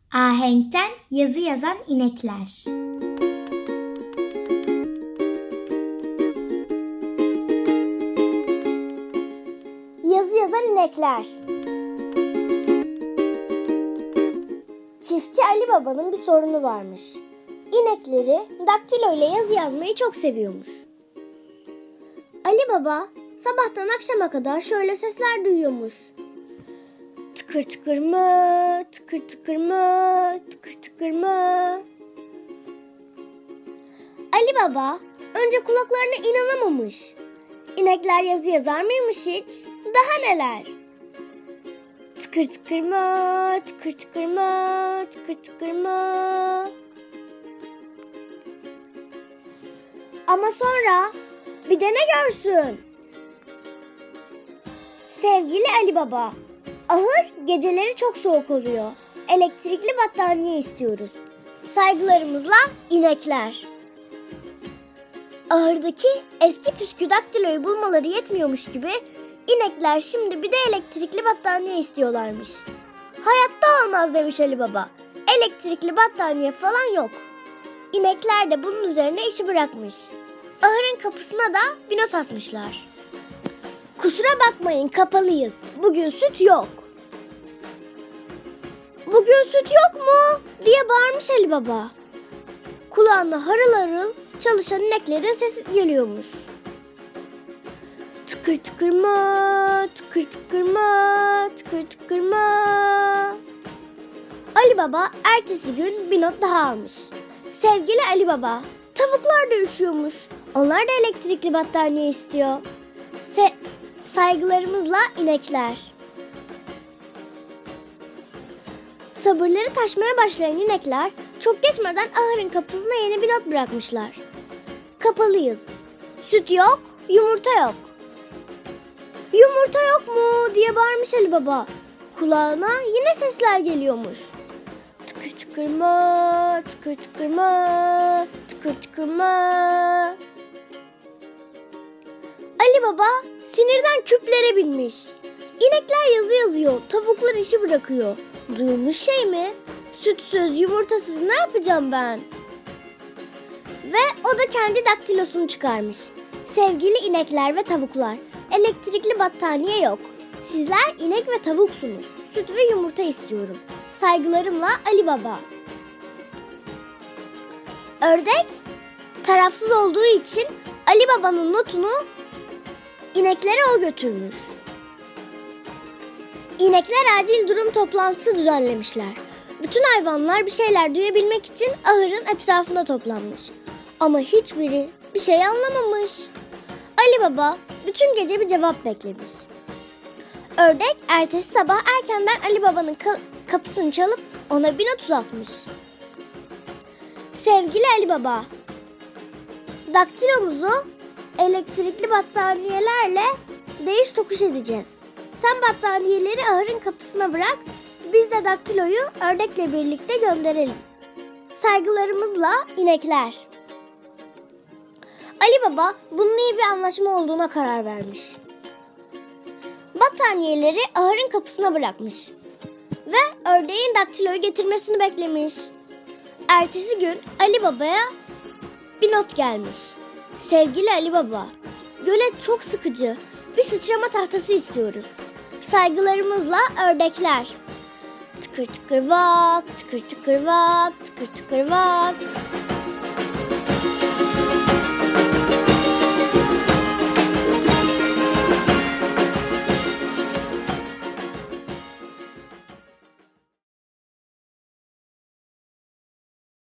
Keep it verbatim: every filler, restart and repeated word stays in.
Ahenkten yazı yazan inekler. Yazı yazan inekler. Çiftçi Ali Baba'nın bir sorunu varmış. İnekleri daktilo ile yazı yazmayı çok seviyormuş. Ali Baba sabahtan akşama kadar şöyle sesler duyuyormuş. Tıkır tıkır mı, tıkır tıkır mı, tıkır tıkır mı. Ali Baba önce kulaklarına inanamamış. İnekler yazı yazar mıymış hiç? Daha neler? Tıkır tıkır mı, tıkır tıkır mı, tıkır tıkır mı. Ama sonra bir de ne görsün? Sevgili Ali Baba, ahır geceleri çok soğuk oluyor. Elektrikli battaniye istiyoruz. Saygılarımızla inekler. Ahırdaki eski püskü daktiloyu bulmaları yetmiyormuş gibi inekler şimdi bir de elektrikli battaniye istiyorlarmış. Hayatta olmaz demiş Ali Baba. Elektrikli battaniye falan yok. İnekler de bunun üzerine işi bırakmış. Ahırın kapısına da bir not asmışlar. Kusura bakmayın, kapalıyız. Bugün süt yok. Bugün süt yok mu diye bağırmış Ali Baba. Kulağına harıl harıl çalışan ineklerin sesi geliyormuş. Tıkır tıkır mı, tıkır tıkır mı, tıkır tıkır mı. Ali Baba ertesi gün bir not daha almış. Sevgili Ali Baba, tavuklar da üşüyormuş. Onlar da elektrikli battaniye istiyor. Se- saygılarımızla inekler. Sabırları taşmaya başlayan inekler çok geçmeden ahırın kapısına yeni bir not bırakmışlar. Kapalıyız. Süt yok, yumurta yok. Yumurta yok mu diye bağırmış Ali Baba. Kulağına yine sesler geliyormuş. Tıkır tıkır mı, tıkır tıkır mı, tıkır tıkır mı. Ali Baba sinirden küplere binmiş. İnekler yazı yazıyor, tavuklar işi bırakıyor. Duyulmuş şey mi? Sütsüz, yumurtasız ne yapacağım ben? Ve o da kendi daktilosunu çıkarmış. Sevgili inekler ve tavuklar, elektrikli battaniye yok. Sizler inek ve tavuksunuz. Süt ve yumurta istiyorum. Saygılarımla Ali Baba. Ördek tarafsız olduğu için Ali Baba'nın notunu ineklere o götürmüş. İnekler acil durum toplantısı düzenlemişler. Bütün hayvanlar bir şeyler duyabilmek için ahırın etrafında toplanmış. Ama hiçbiri bir şey anlamamış. Ali Baba bütün gece bir cevap beklemiş. Ördek ertesi sabah erkenden Ali Baba'nın ka- kapısını çalıp ona bir not uzatmış. Sevgili Ali Baba, daktilomuzu elektrikli battaniyelerle değiş tokuş edeceğiz. Sen battaniyeleri ahırın kapısına bırak, biz de daktiloyu ördekle birlikte gönderelim. Saygılarımızla inekler. Ali Baba bunun iyi bir anlaşma olduğuna karar vermiş. Battaniyeleri ahırın kapısına bırakmış ve ördeğin daktiloyu getirmesini beklemiş. Ertesi gün Ali Baba'ya bir not gelmiş. Sevgili Ali Baba, gölet çok sıkıcı. Bir sıçrama tahtası istiyoruz. Saygılarımızla ördekler. Tıkır tıkır vak, tıkır tıkır vak, tıkır tıkır vak.